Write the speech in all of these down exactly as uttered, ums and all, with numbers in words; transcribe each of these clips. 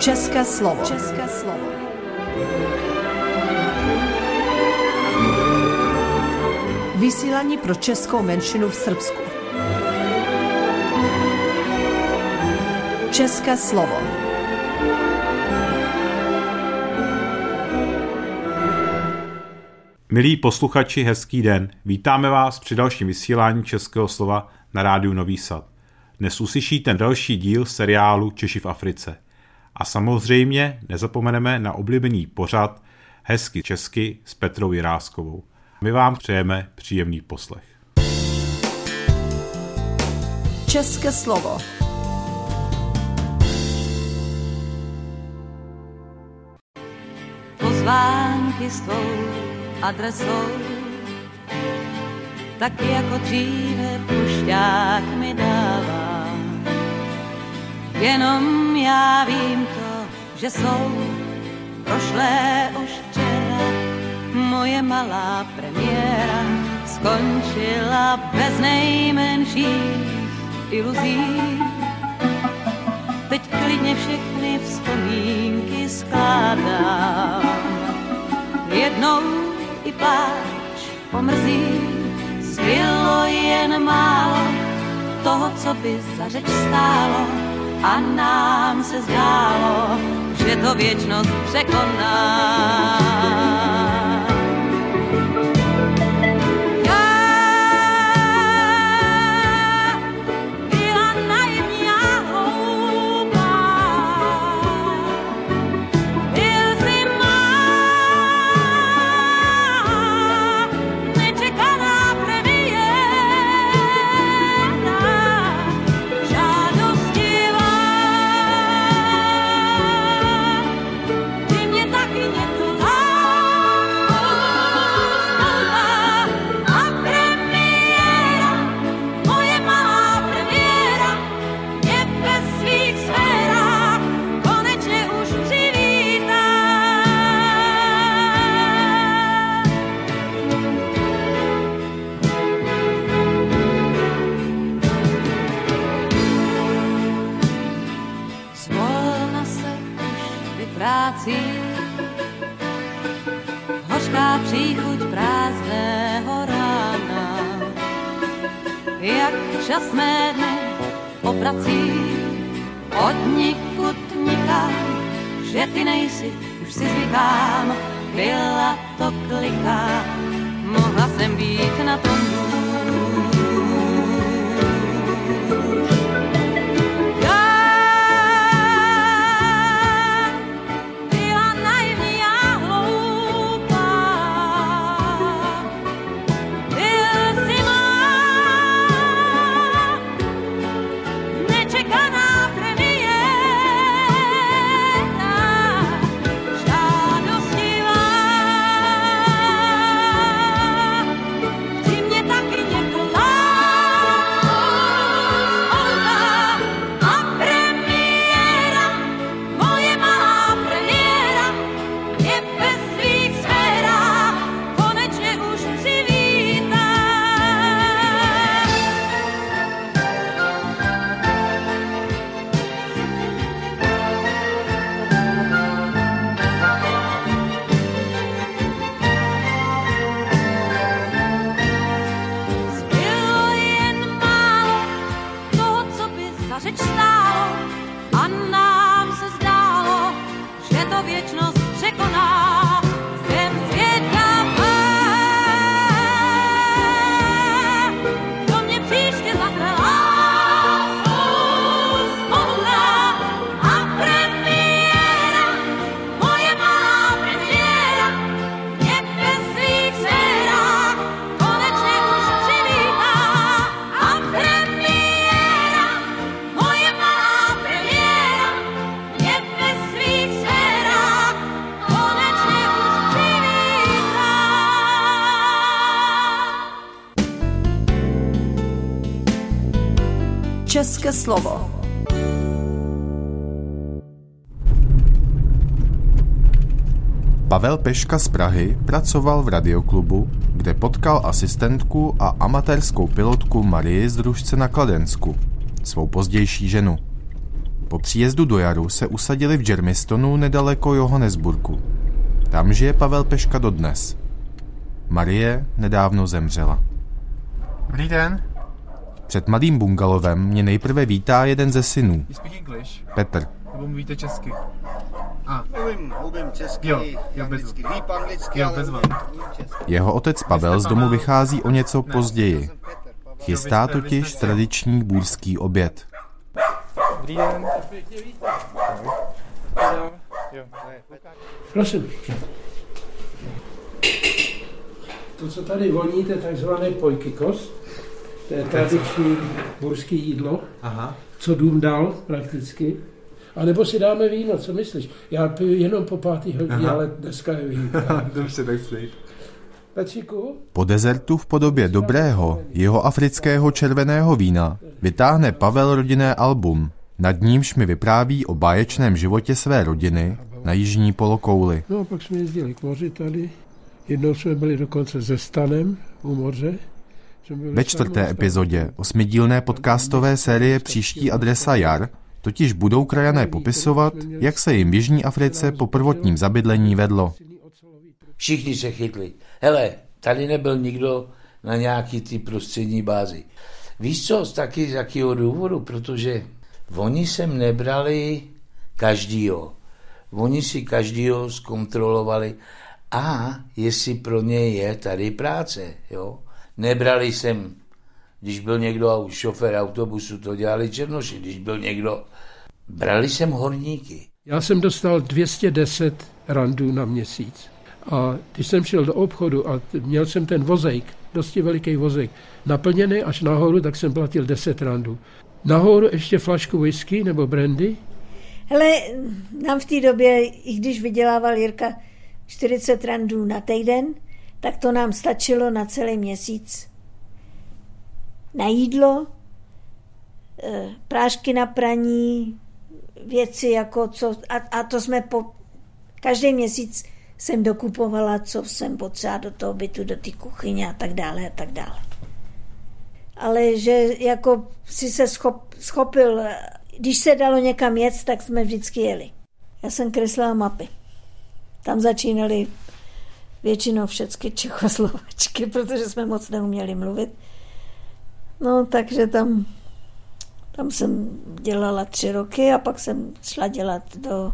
České slovo. České slovo. Vysílání pro českou menšinu v Srbsku. České slovo. Milí posluchači, hezký den. Vítáme vás při dalším vysílání Českého slova na rádiu Nový Sad. Dnes uslyšíte další díl seriálu Češi v Africe. A samozřejmě nezapomeneme na oblíbený pořad Hezky česky s Petrou Jiráskovou. My vám přejeme příjemný poslech. České slovo. Pozvánky s tvou adresou, tak jako dříve pušťák mi dává. Jenom já vím to, že jsou prošlé už včera. Moje malá premiéra skončila bez nejmenších iluzí. Teď klidně všechny vzpomínky skládám. Jednou i pláč pomrzí, zbylo jen málo toho, co by za řeč stálo, a nám se zdálo, že to věčnost překoná. Hořká příchuť prázdného rána, jak čas mé dny oprací od nikud nikam, že ty nejsi, už si zvykám, byla to klika, mohla jsem být na tom dům. České slovo. Pavel Peška z Prahy pracoval v radioklubu, kde potkal asistentku a amatérskou pilotku Marii z Družce na Kladensku, svou pozdější ženu. Po příjezdu do Jaru se usadili v Germistonu nedaleko Johannesburgu. Tam žije Pavel Peška dodnes. Marie nedávno zemřela. Dobrý den. Před malým bungalovem mě nejprve vítá jeden ze synů. You speak English? Petr. Nebo mluvíte česky? A. Mluvím, mluvím česky, jo, jo, anglicky, líp anglicky, jo, ale bez mluvím česky. Jeho otec Pavel z domu vychází o něco později. Chystá totiž tradiční bůrský oběd. Dobrý den. Prosím. To, co tady voní, to je takzvané pojkykos. To je tradiční bůrské jídlo, aha, co dům dal prakticky. A nebo si dáme víno, co myslíš? Já piju jenom po pátý hodině, ale dneska je víno. Dobře, tak slib. Petříku? Po dezertu v podobě dobrého jihoafrického červeného vína vytáhne Pavel rodinné album. Nad nímž mi vypráví o báječném životě své rodiny na jižní polokouli. No a pak jsme jezdili k moři tady. Jednou jsme byli dokonce se Stanem u moře. Ve čtvrté epizodě osmidílné podcastové série Příští adresa Jar totiž budou krajané popisovat, jak se jim v Jižní Africe po prvotním zabydlení vedlo. Všichni se chytli. Hele, tady nebyl nikdo na nějaký ty prostřední bázi. Víš co, z taky z jakého důvodu? Protože oni sem nebrali každýho. Oni si každýho zkontrolovali a jestli pro ně je tady práce, jo. Nebrali sem, když byl někdo šofér autobusu, to dělali černoši, když byl někdo, brali sem horníky. Já jsem dostal dvě stě deset randů na měsíc. A když jsem šel do obchodu a měl jsem ten vozejk, dosti veliký vozejk, naplněný až nahoru, tak jsem platil deset randů. Nahoru ještě flašku whisky nebo brandy. Hele, nám v té době, i když vydělával Jirka čtyřicet randů na týden, tak to nám stačilo na celý měsíc. Na jídlo, prášky na praní, věci jako co, a, a to jsme po, každý měsíc jsem dokupovala, co jsem potřeba do toho bytu, do té kuchyně a tak dále a tak dále. Ale že jako si se schop, schopil, když se dalo někam jet, tak jsme vždycky jeli. Já jsem kreslila mapy. Tam začínaly většinou všechny Čechoslovačky, protože jsme moc neuměli mluvit. No, takže tam, tam jsem dělala tři roky a pak jsem šla dělat do,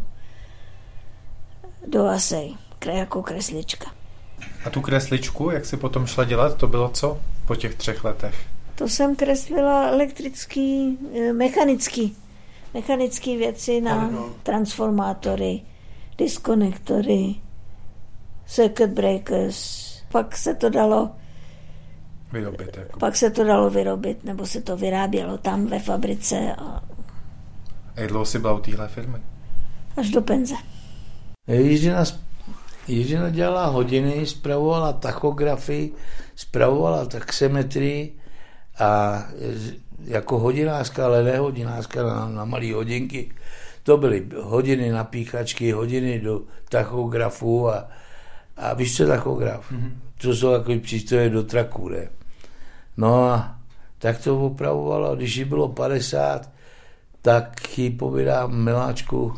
do Asej, jako kreslička. A tu kresličku, jak jsi potom šla dělat, to bylo co po těch třech letech? To jsem kreslila elektrický, mechanický, mechanický věci na transformátory, diskonektory, circuit breakers. Pak se to dalo vyrobit. Jako. Pak se to dalo vyrobit, nebo se to vyrábělo tam ve fabrice. A, a jak dlouho jsi byla u téhle firmy? Až do penze. Jiřina, Jiřina dělala hodiny, spravovala tachografy, spravovala taxemetrii a jako hodinářka, ale ne hodinářka na, na malé hodinky. To byly hodiny na píchačky, hodiny do tachografu a, a víš, co je tachograf? Mm-hmm. To jsou takový přístroje do traků, ne? No a tak to opravovalo. Když jí bylo padesát, tak jí povídám, miláčku,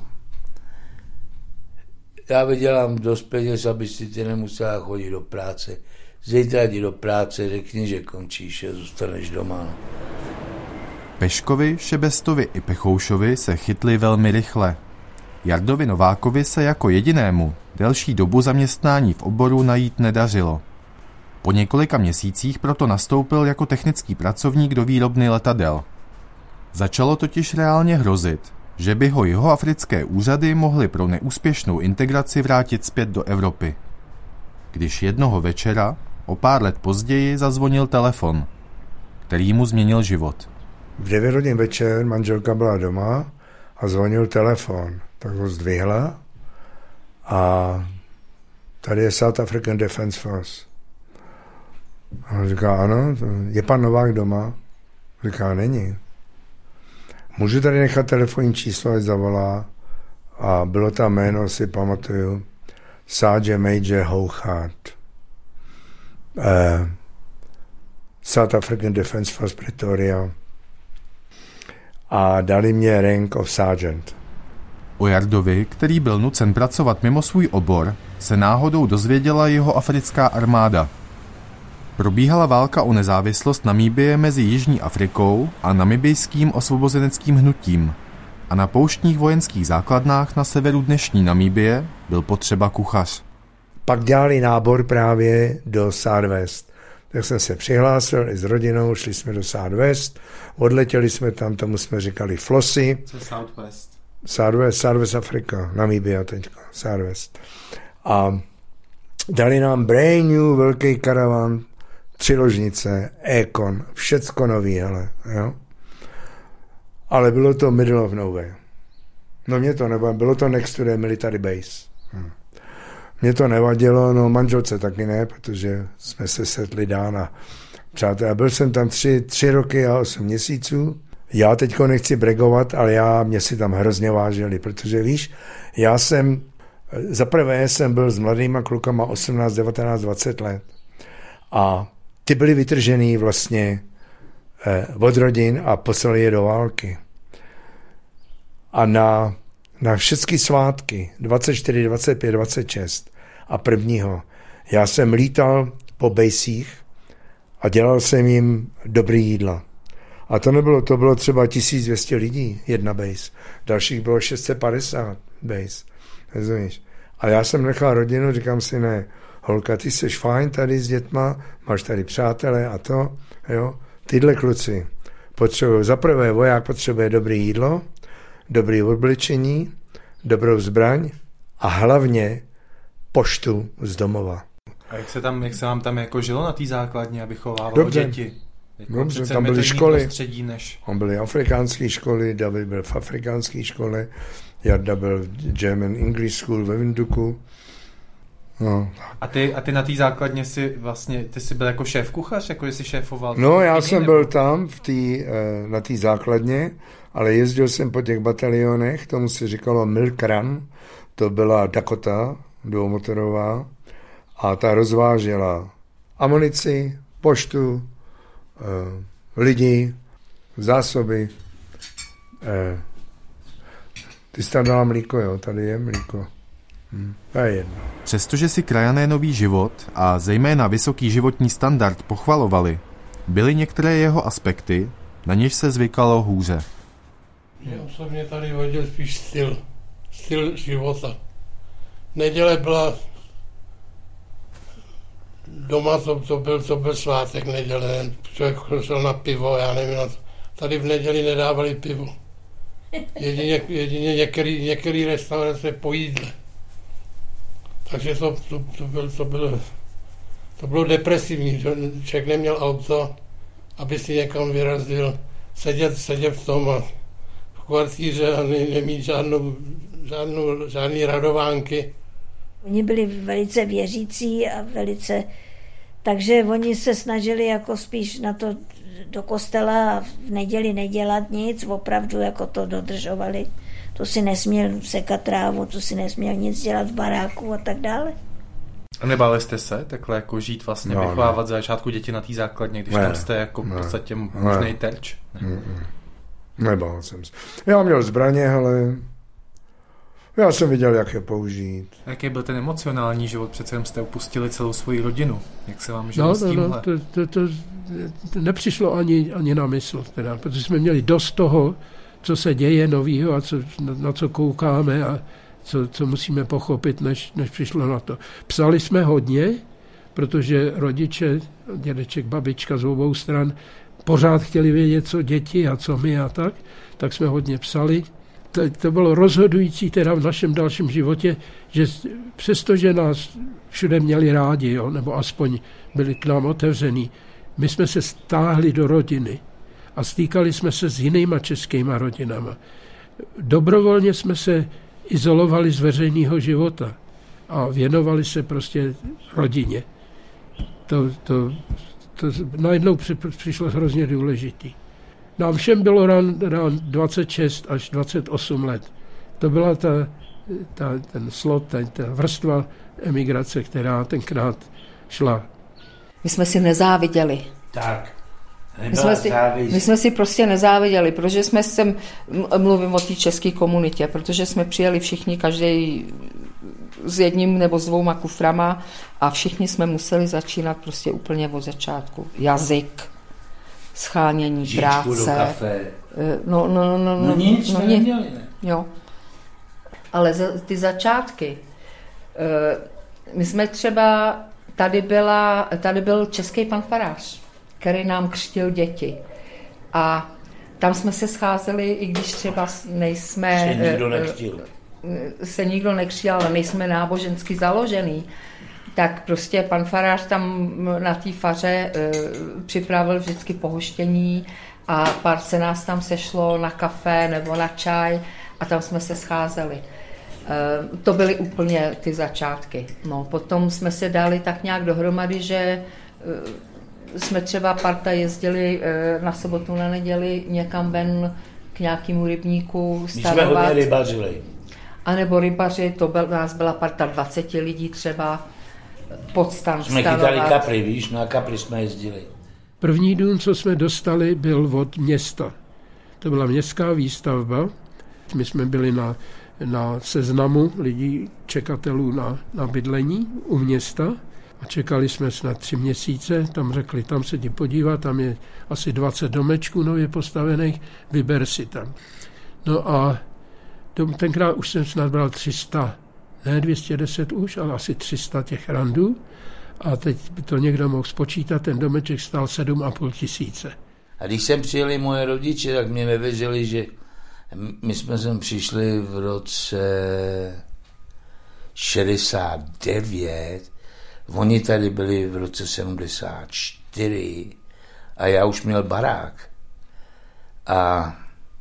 já vydělám dost peněz, aby si ty nemusela chodit do práce. Zítra jdi do práce, řekni, že končíš a zůstaneš doma. No. Peškovi, Šebestovi i Pechoušovi se chytli velmi rychle. Jardovi Novákovi se jako jedinému delší dobu zaměstnání v oboru najít nedařilo. Po několika měsících proto nastoupil jako technický pracovník do výrobny letadel. Začalo totiž reálně hrozit, že by ho jihoafrické úřady mohly pro neúspěšnou integraci vrátit zpět do Evropy. Když jednoho večera, o pár let později, zazvonil telefon, který mu změnil život. V devět hodin večer manželka byla doma a zvonil telefon. Tak ho zdvihla a tady je South African Defence Force. A on říká, ano, je pan Novák doma? Říká, není. Můžu tady nechat telefonní číslo, ať zavolá. A bylo tam jméno, si pamatuju, Sergeant Major Houchard. Eh, South African Defence Force Pretoria. a dali mě rank of sergeant. O Jardovi, který byl nucen pracovat mimo svůj obor, se náhodou dozvěděla jeho africká armáda. Probíhala válka o nezávislost Namíbie mezi Jižní Afrikou a namibijským osvobozeneckým hnutím a na pouštních vojenských základnách na severu dnešní Namíbie byl potřeba kuchař. Pak dělali nábor právě do Southwest. Tak jsem se přihlásil i s rodinou, šli jsme do Southwest, odletěli jsme tam, tomu jsme říkali Flosy. Co je Southwest? Southwest, Southwest Afrika, Namíbia teďka, Southwest. A dali nám brand new velký karavan, tři ložnice, Econ, všecko nový, hele, jo. Ale bylo to middle of nowhere. No mě to nevadilo, bylo to next to the military base. Hm. Mě to nevadilo, no manželce taky ne, protože jsme se setli dán a přátelé. Byl jsem tam tři, tři roky a osm měsíců. Já teďko nechci bregovat, ale já, mě si tam hrozně vážili, protože víš, já jsem, zaprvé jsem byl s mladýma klukama osmnáct, devatenáct, dvacet let a ty byli vytržený vlastně eh, od rodin a poslali je do války. A na, na všechny svátky, dvacet čtyři, dvacet pět, dvacet šest a prvního, já jsem lítal po bejsích a dělal jsem jim dobrý jídla. A to nebylo, to bylo třeba tisíc dvě stě lidí, jedna base. Dalších bylo šest set padesát base. Rozumíš? A já jsem nechal rodinu, říkám si, ne, holka, ty jsi fajn tady s dětma, máš tady přátelé a to, jo. Tyhle kluci potřebují, zaprvé voják potřebuje dobré jídlo, dobré oblečení, dobrou zbraň a hlavně poštu z domova. A jak se, tam, jak se vám tam jako žilo na té základně, aby chovávalo děti? Jako Dobře, tam byly školy. Než... On byly afrikánské školy, David byl v afrikánské škole, Jarda byl v German English School ve Winduku. No, a, ty, a ty na té základně si vlastně, ty jsi byl jako šéf kuchař, jako jsi šéfoval? No, já jsem nebo? byl tam v tý, na té základně, ale jezdil jsem po těch batalionech, tomu se říkalo Milk Run, to byla Dakota, dvoumotorová, a ta rozvážela amunici, poštu, Uh, lidi, zásoby. Uh, ty jsi tam dala mlíko, jo, tady je mlíko. Hm, to je jedno. Přestože si krajané nový život a zejména vysoký životní standard pochvalovali, byly některé jeho aspekty, na něž se zvykalo hůře. Mě osobně tady vadil spíš styl, styl života. Neděle byla doma, to, to, byl, to byl svátek neděle, člověk šel na pivo, já nevím, na to. Tady v neděli nedávali pivo. Jedině, jedině některý, některý restaurace po jídle. Takže to, to, to, byl, to, bylo, to bylo depresivní, že člověk neměl auto, aby si někam vyrazil, sedět, sedět v tom a v kvartíře a ne, nemít žádnou, žádnou, žádný radovánky. Oni byli velice věřící a velice, takže oni se snažili jako spíš na to do kostela a v neděli nedělat nic, opravdu jako to dodržovali. To si nesměl sekat trávu, to si nesměl nic dělat v baráku a tak dále. A nebáli jste se takhle jako žít vlastně, no, vychovávat za začátku děti na té základně, když ne, tam jste jako v podstatě možnej terč? Ne. Ne. Nebál jsem se. Já měl zbraně, ale já jsem viděl, jak je použít. Jaký byl ten emocionální život? Přece jen jste opustili celou svoji rodinu. Jak se vám žilo no, s tímhle? No, to, to, to, to nepřišlo ani, ani na mysl, teda, protože jsme měli dost toho, co se děje novýho a co, na, na co koukáme a co, co musíme pochopit, než, než přišlo na to. Psali jsme hodně, protože rodiče, dědeček, babička z obou stran pořád chtěli vědět, co děti a co my a tak, tak jsme hodně psali. To, to bylo rozhodující teda v našem dalším životě, že přestože nás všude měli rádi, jo, nebo aspoň byli k nám otevřený, my jsme se stáhli do rodiny a stýkali jsme se s jinýma českýma rodinama. Dobrovolně jsme se izolovali z veřejného života a věnovali se prostě rodině. To, to, to najednou při, přišlo hrozně důležitý. Nám všem bylo ran, ran dvacet šest až dvacet osm let. To byla ta, ta, ten slot, ta, ta vrstva emigrace, která tenkrát šla. My jsme si nezáviděli. Tak. My jsme, si, my jsme si prostě nezáviděli, protože jsme sem, mluvím o té české komunitě, protože jsme přijeli všichni, každý s jedním nebo s dvouma kuframa a všichni jsme museli začínat prostě úplně od začátku. Jazyk, schánění, Žičku práce. do kafe. No, no, no, no, no nic, no, no, neděli, ne? Jo. Ale za, ty začátky, my jsme třeba, tady, byla, tady byl český pan farář, který nám křtil děti. A tam jsme se scházeli, i když třeba nejsme... Se nikdo nekřtil. Se nikdo nekřtil, ale nejsme nábožensky založený. Tak prostě pan farář tam na té faře e, připravil vždycky pohoštění a pár se nás tam sešlo na kafe nebo na čaj a tam jsme se scházeli. E, to byly úplně ty začátky. No, potom jsme se dali tak nějak dohromady, že e, jsme třeba parta jezdili e, na sobotu, na neděli někam ven k nějakému rybníku starovat. My jsme hodně rybařili. A nebo rybaři, to byl, nás byla parta dvacet lidí třeba pod stan jsme stanovat. chytali kapry, víš, na kapry jsme jezdili. První dům, co jsme dostali, byl od města. To byla městská výstavba. My jsme byli na, na seznamu lidí, čekatelů na, na bydlení u města a čekali jsme snad tři měsíce. Tam řekli, tam se jdi podívat, tam je asi dvacet domečků nově postavených, vyber si tam. No a tenkrát už jsem snad bral tři sta, ne dvě stě deset už, ale asi tři sta těch randů. A teď by to někdo mohl spočítat, ten domeček stál sedm a půl tisíce. A když sem přijeli moje rodiče, tak mě nevěřili, že my jsme sem přišli v roce šedesát devět, oni tady byli v roce sedmdesát čtyři a já už měl barák. A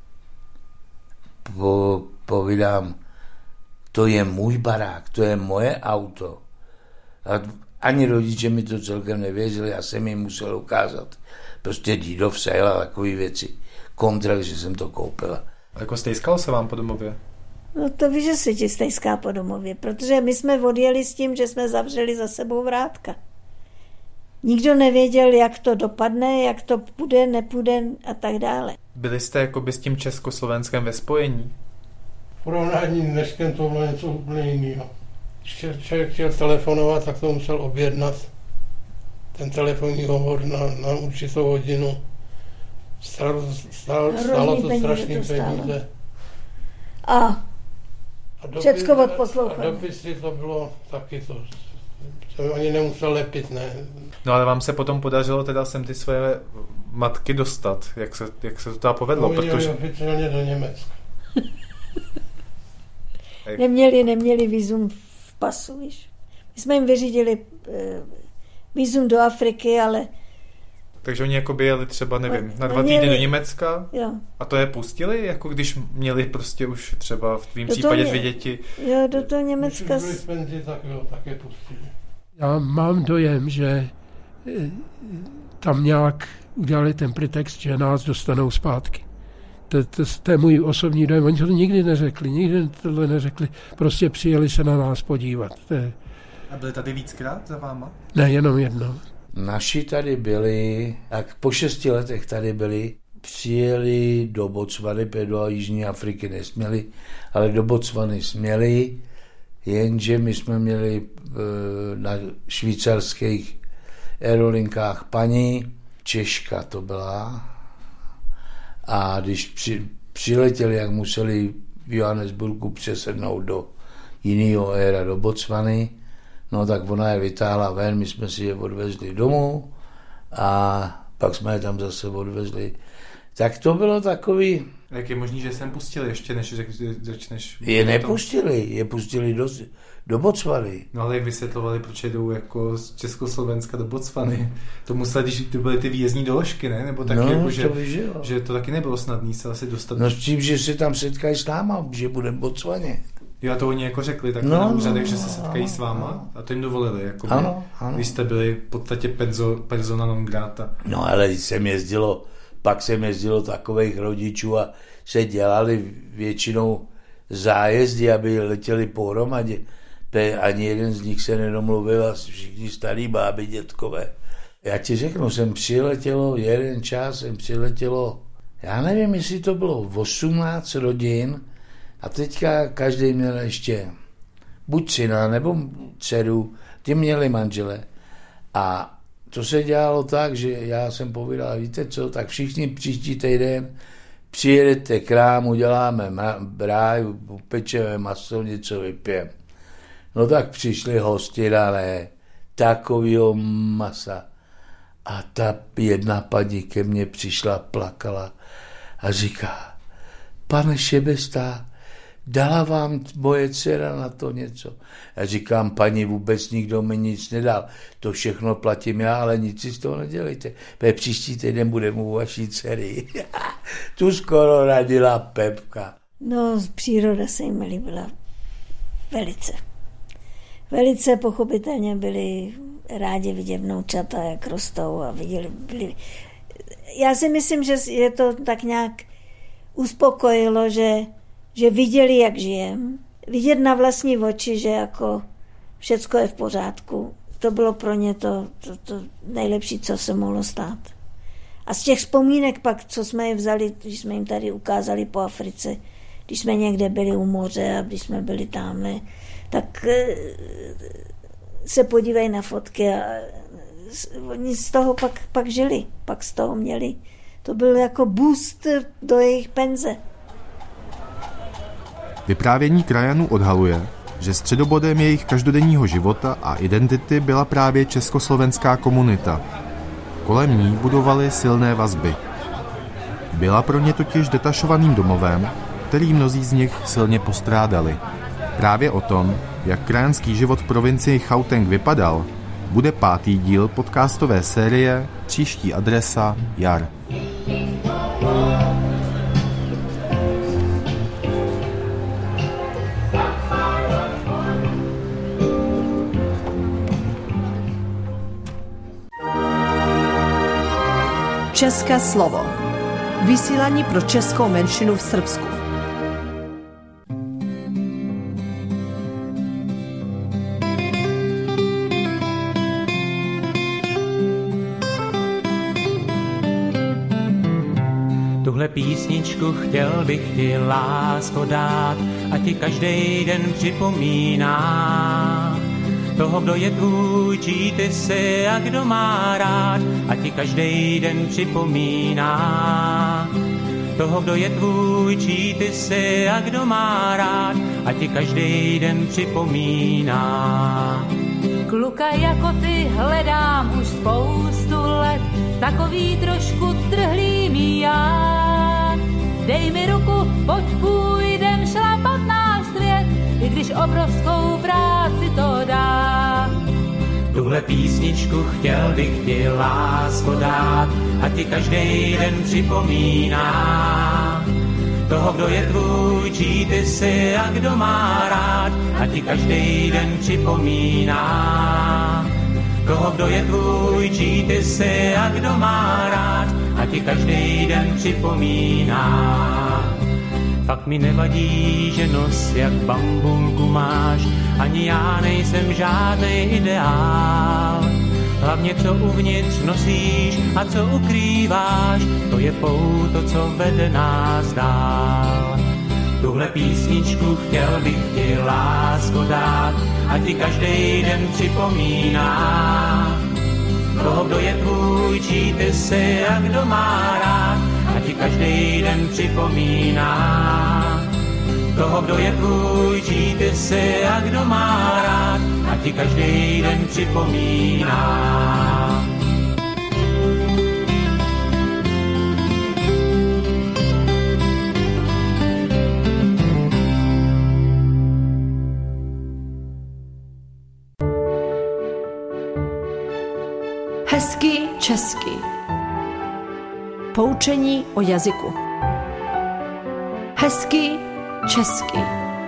po, povídám, to je můj barák, to je moje auto. A ani rodiče mi to celkem nevěřili, já jsem jim musel ukázat. Prostě dídov sejl a takové věci. Kontrakt, že jsem to koupila. A jako stejskalo se vám po domově? No to víš, že se ti stejská po domově, protože my jsme odjeli s tím, že jsme zavřeli za sebou vrátka. Nikdo nevěděl, jak to dopadne, jak to půjde, nepůjde a tak dále. Byli jste jakoby s tím Československem ve spojení? V porovnání dneskem to bylo něco úplně jiného. Když člověk chtěl telefonovat, tak to musel objednat. Ten telefonní hovor na, na určitou hodinu. Stalo, stalo, stálo to strašný peníze. A, a dopis, všecko odposlouchat. A dopisy to bylo taky to. Jsem ani nemusel lepit, ne. No ale vám se potom podařilo teda sem ty svoje matky dostat. Jak se, jak se to teda povedlo? No, protože... oficiálně do Německa. neměli, neměli vízum v pasu, víš. My jsme jim vyřídili e, vízum do Afriky, ale... Takže oni jako by jeli třeba, nevím, na dva měli... týdny do Německa jo. A to je pustili, jako když měli prostě už třeba v tvým případě dvě děti. Jo, do toho Německa... Když byli v penzi, tak jo, tak je pustili. Já mám dojem, že tam nějak udělali ten pretext, že nás dostanou zpátky. To, to, to je můj osobní dojem. Oni to nikdy neřekli, nikdy tohle neřekli. Prostě přijeli se na nás podívat. To je... A byli tady víckrát za váma? Ne, jenom jednou. Naši tady byli, tak po šesti letech tady byli, přijeli do Botswany, do Jižní Afriky nesměli, ale do Botswany směli, jenže my jsme měli na švýcarských aerolinkách paní, Češka to byla, a když při, přiletěli, jak museli v Johannesburgu přesednout do jiného éra, do Botswany, no tak ona je vytáhla ven, my jsme si je odvezli domů a pak jsme je tam zase odvezli. Tak to bylo takový... Jak je možný, že jsem pustili ještě, než začneš... Je nepustili, je pustili do, do Botswany. No ale vysvětlovali, proč jdou jako z Československa do Botswany. To museli, když to byly ty výjezdní doložky, ne? Nebo taky no, jako, to že, víš, že to taky nebylo snadný se asi dostat. No s tím, že se tam setkají s náma, že bude v Botswaně. Jo, a to oni jako řekli tak no, na úřadech, no, že se setkají ano, s váma ano. A to jim dovolili, jako ano, ano. Když jste byli v podstatě perzo, persona non grata. No ale jsem jezdilo, pak jsem jezdilo takových rodičů a se dělali většinou zájezdy, aby letěli pohromadě. Ani jeden z nich se nedomluvil a všichni starý báby, dětkové Já ti řeknu, jsem přiletělo, jeden čas jsem přiletělo, já nevím, jestli to bylo osmnáct rodin a teďka každý měl ještě buď syna nebo dceru, ty měli manžele. A to se dělalo tak, že já jsem povídal, víte co, tak všichni příští týden přijedete k nám, uděláme ráj, upečeme maso, něco vypijeme. No tak přišli hosti, ale takovýho masa. A ta jedna paní ke mně přišla, plakala a říká, pane Šebesta, dala vám moje dcera na to něco? Já říkám, paní, vůbec nikdo mi nic nedal. To všechno platím já, ale nic si z toho nedělejte. Pe příští týden budeme u vaší dcery. Tu skoro radila Pepka. No, příroda se jim líbila velice. Velice pochopitelně byli rádi vidět vnoučata, jak rostou a viděli, byli... Já si myslím, že je to tak nějak uspokojilo, že, že viděli, jak žijem. Vidět na vlastní oči, že jako všecko je v pořádku. To bylo pro ně to, to, to nejlepší, co se mohlo stát. A z těch vzpomínek pak, co jsme je vzali, když jsme jim tady ukázali po Africe, když jsme někde byli u moře a když jsme byli tamhle, tak se podívají na fotky a oni z toho pak, pak žili, pak z toho měli. To byl jako boost do jejich penze. Vyprávění krajanů odhaluje, že středobodem jejich každodenního života a identity byla právě československá komunita. Kolem ní budovali silné vazby. Byla pro ně totiž detašovaným domovem, který mnozí z nich silně postrádali. Právě o tom, jak krajanský život v provincii Gauteng vypadal, bude pátý díl podcastové série Příští adresa jar. České slovo. Vysílání pro českou menšinu v Srbsku. Tuhle písničku chtěl bych ti, lásko, dát, a ti každý den připomíná toho, kdo je tvůj, čí ty jsi a kdo má rád, a ti každý den připomíná toho, kdo je tvůj, čí ty jsi a kdo má rád, a ti každý den připomíná. Kluka jako ty hledám už spoustu let, takový trošku trhlý mi já. Dej mi ruku, pojď půjdem šlapat náš svět, i když obrovskou práci to dá. Tuhle písničku chtěl bych ti, lásko, dát, a ti každý den připomíná toho, kdo je tvůj, čí ty jsi a kdo má rád, a ti každý den připomíná toho, kdo je tvůj, čí ty jsi a kdo má rád, a ti každý den připomíná. Fakt mi nevadí, že nos jak bambulku máš, ani já nejsem žádnej ideál. Hlavně co uvnitř nosíš a co ukrýváš, to je pouto, co vede nás dál. Tuhle písničku chtěl bych ti, lásko, dát, a ti každý den připomíná toho, kdo je tvůj, čí ty jsi a kdo má rád, a ti každý den připomíná toho, kdo je tvůj, čí ty jsi a kdo má rád, a ti každý den připomíná. Hezký český. Poučení o jazyku. Hezký český.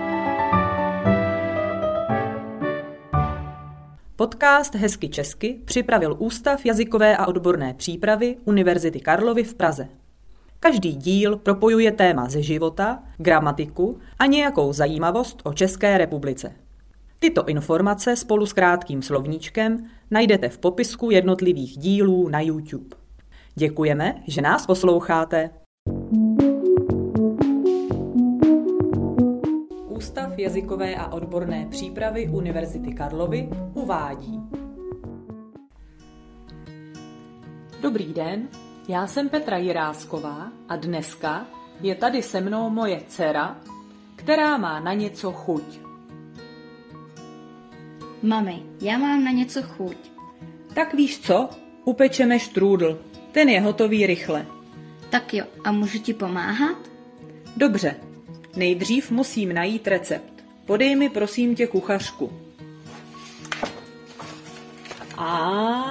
Podcast Hezky česky připravil Ústav jazykové a odborné přípravy Univerzity Karlovy v Praze. Každý díl propojuje téma ze života, gramatiku a nějakou zajímavost o České republice. Tyto informace spolu s krátkým slovníčkem najdete v popisku jednotlivých dílů na YouTube. Děkujeme, že nás posloucháte. Ústav jazykové a odborné přípravy Univerzity Karlovy uvádí. Dobrý den, já jsem Petra Jirásková a dneska je tady se mnou moje dcera, která má na něco chuť. Mami, já mám na něco chuť. Tak víš co? Upečeme štrůdl. Ten je hotový rychle. Tak jo, a můžu ti pomáhat? Dobře. Nejdřív musím najít recept. Podej mi prosím tě kuchařku. A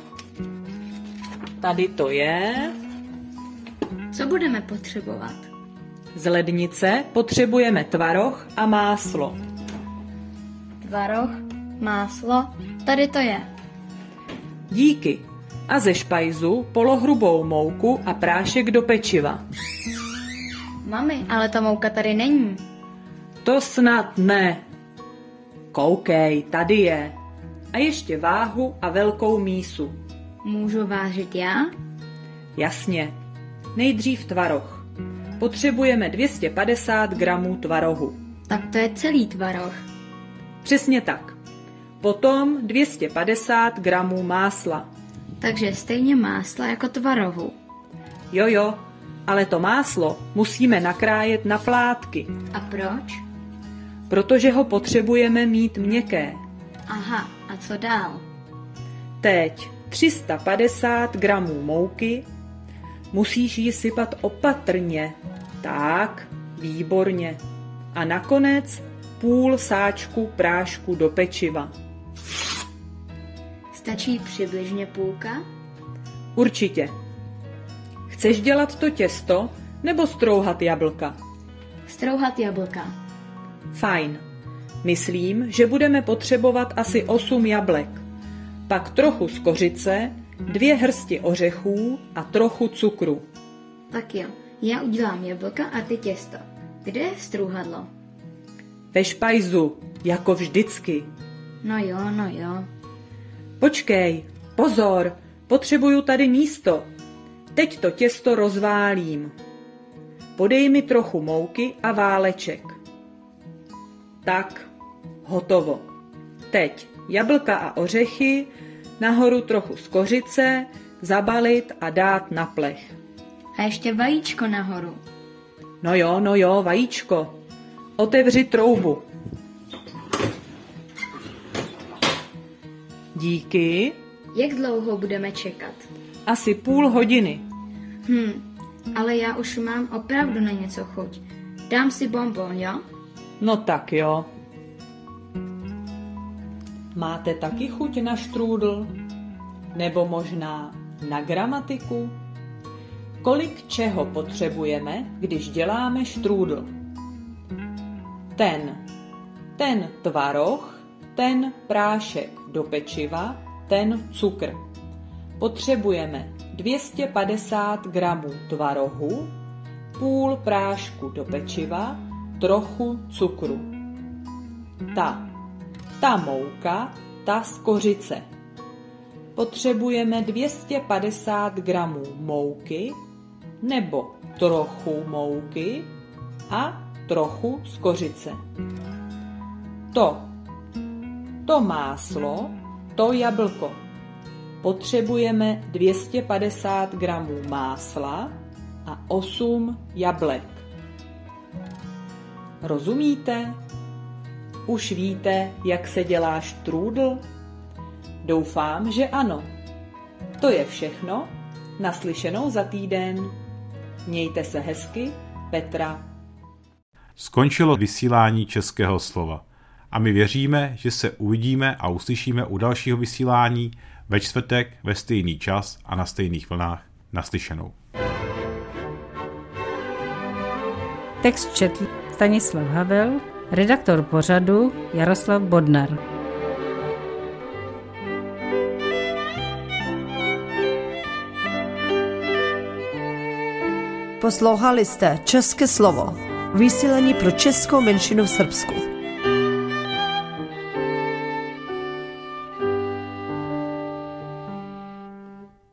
tady to je. Co budeme potřebovat? Z lednice potřebujeme tvaroh a máslo. Tvaroh, máslo, tady to je. Díky. A ze špajzu polohrubou mouku a prášek do pečiva. Mami, ale ta mouka tady není. To snad ne. Koukej, tady je. A ještě váhu a velkou mísu. Můžu vážit já? Jasně. Nejdřív tvaroh. Potřebujeme dvě stě padesát gramů tvarohu. Tak to je celý tvaroh. Přesně tak. Potom dvě stě padesát gramů másla. Takže stejně másla jako tvarohu. Jo, jo, ale to máslo musíme nakrájet na plátky. A proč? Protože ho potřebujeme mít měkké. Aha, a co dál? Teď tři sta padesát gramů mouky. Musíš ji sypat opatrně. Tak, výborně. A nakonec půl sáčku prášku do pečiva. Stačí přibližně půlka? Určitě. Chceš dělat to těsto nebo strouhat jablka? Strouhat jablka. Fajn. Myslím, že budeme potřebovat asi osm jablek. Pak trochu skořice, dvě hrsti ořechů a trochu cukru. Tak jo, já udělám jablka a ty těsto. Kde je strouhadlo? Ve špajzu, jako vždycky. No jo, no jo. Počkej, pozor, potřebuju tady místo. Teď to těsto rozválím. Podej mi trochu mouky a váleček. Tak, hotovo. Teď jablka a ořechy, nahoru trochu skořice, zabalit a dát na plech. A ještě vajíčko nahoru. No jo, no jo, vajíčko. Otevři troubu. Díky. Jak dlouho budeme čekat? Asi půl hodiny. Hm, ale já už mám opravdu na něco chuť. Dám si bonbon, jo? No tak jo. Máte taky chuť na štrůdl? Nebo možná na gramatiku? Kolik čeho potřebujeme, když děláme štrůdl? Ten, ten tvaroh, ten prášek do pečiva, ten cukr. Potřebujeme dvě stě padesát gramů tvarohu, půl prášku do pečiva, trochu cukru. Ta, ta mouka, ta skořice. Potřebujeme dvě stě padesát gramů mouky nebo trochu mouky a trochu skořice. To, to máslo, to jablko. Potřebujeme dvě stě padesát gramů másla a osm jablek. Rozumíte? Už víte, jak se dělá štrůdl? Doufám, že ano. To je všechno. Naslyšenou za týden. Mějte se hezky, Petra. Skončilo vysílání Českého slova a my věříme, že se uvidíme a uslyšíme u dalšího vysílání ve čtvrtek ve stejný čas a na stejných vlnách. Naslyšenou. Text četl Stanislav Havel, redaktor pořadu Jaroslav Bodnar. Poslouchali jste České slovo, vysílání pro českou menšinu v Srbsku.